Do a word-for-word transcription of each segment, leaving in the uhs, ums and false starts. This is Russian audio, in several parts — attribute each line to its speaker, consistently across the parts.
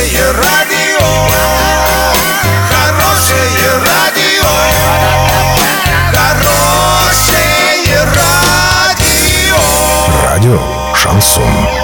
Speaker 1: Хорошее радио, хорошее радио, хорошее радио.
Speaker 2: Радио Шансон.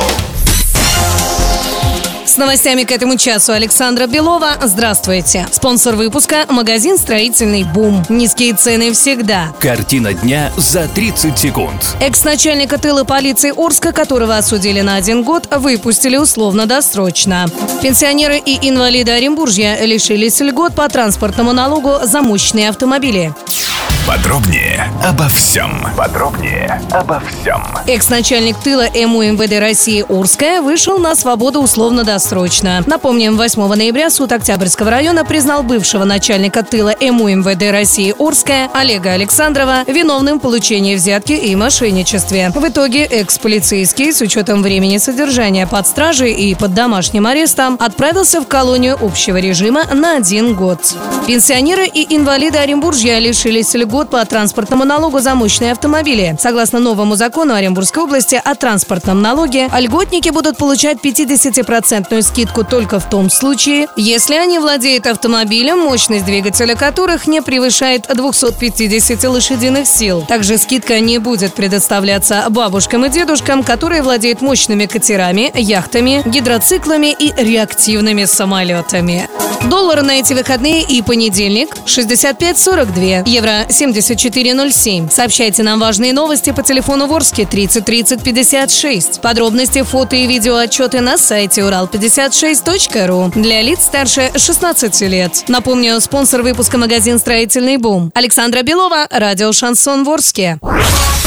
Speaker 3: С новостями к этому часу Александра Белова. Здравствуйте. Спонсор выпуска – магазин «Строительный бум». Низкие цены всегда.
Speaker 4: Картина дня за тридцать секунд.
Speaker 3: Экс-начальника тыла полиции Орска, которого осудили на один год, выпустили условно-досрочно. Пенсионеры и инвалиды Оренбуржья лишились льгот по транспортному налогу за мощные автомобили.
Speaker 2: Подробнее обо всем. Подробнее обо всем.
Speaker 3: Экс-начальник тыла эм у эм вэ дэ России Орская вышел на свободу условно-досрочно. Напомним, восьмого ноября суд Октябрьского района признал бывшего начальника тыла эм у эм вэ дэ России Орская Олега Александрова виновным в получении взятки и мошенничестве. В итоге экс-полицейский с учетом времени содержания под стражей и под домашним арестом отправился в колонию общего режима на один год. Пенсионеры и инвалиды Оренбуржья лишились льгот по транспортному налогу за мощные автомобили. Согласно новому закону Оренбургской области о транспортном налоге, льготники будут получать пятидесятипроцентную скидку только в том случае, если они владеют автомобилем, мощность двигателя которых не превышает двухсот пятидесяти лошадиных сил. Также скидка не будет предоставляться бабушкам и дедушкам, которые владеют мощными катерами, яхтами, гидроциклами и реактивными самолетами. Доллар на эти выходные и понедельник – шестьдесят пять сорок два, евро – семьдесят четыре ноль семь. Сообщайте нам важные новости по телефону Ворске тридцать тридцать пятьдесят шесть. Подробности, фото и видеоотчеты на сайте урал пятьдесят шесть точка ру для лиц старше шестнадцати лет. Напомню, спонсор выпуска — магазин «Строительный бум». Александра Белова, радио «Шансон» Ворске.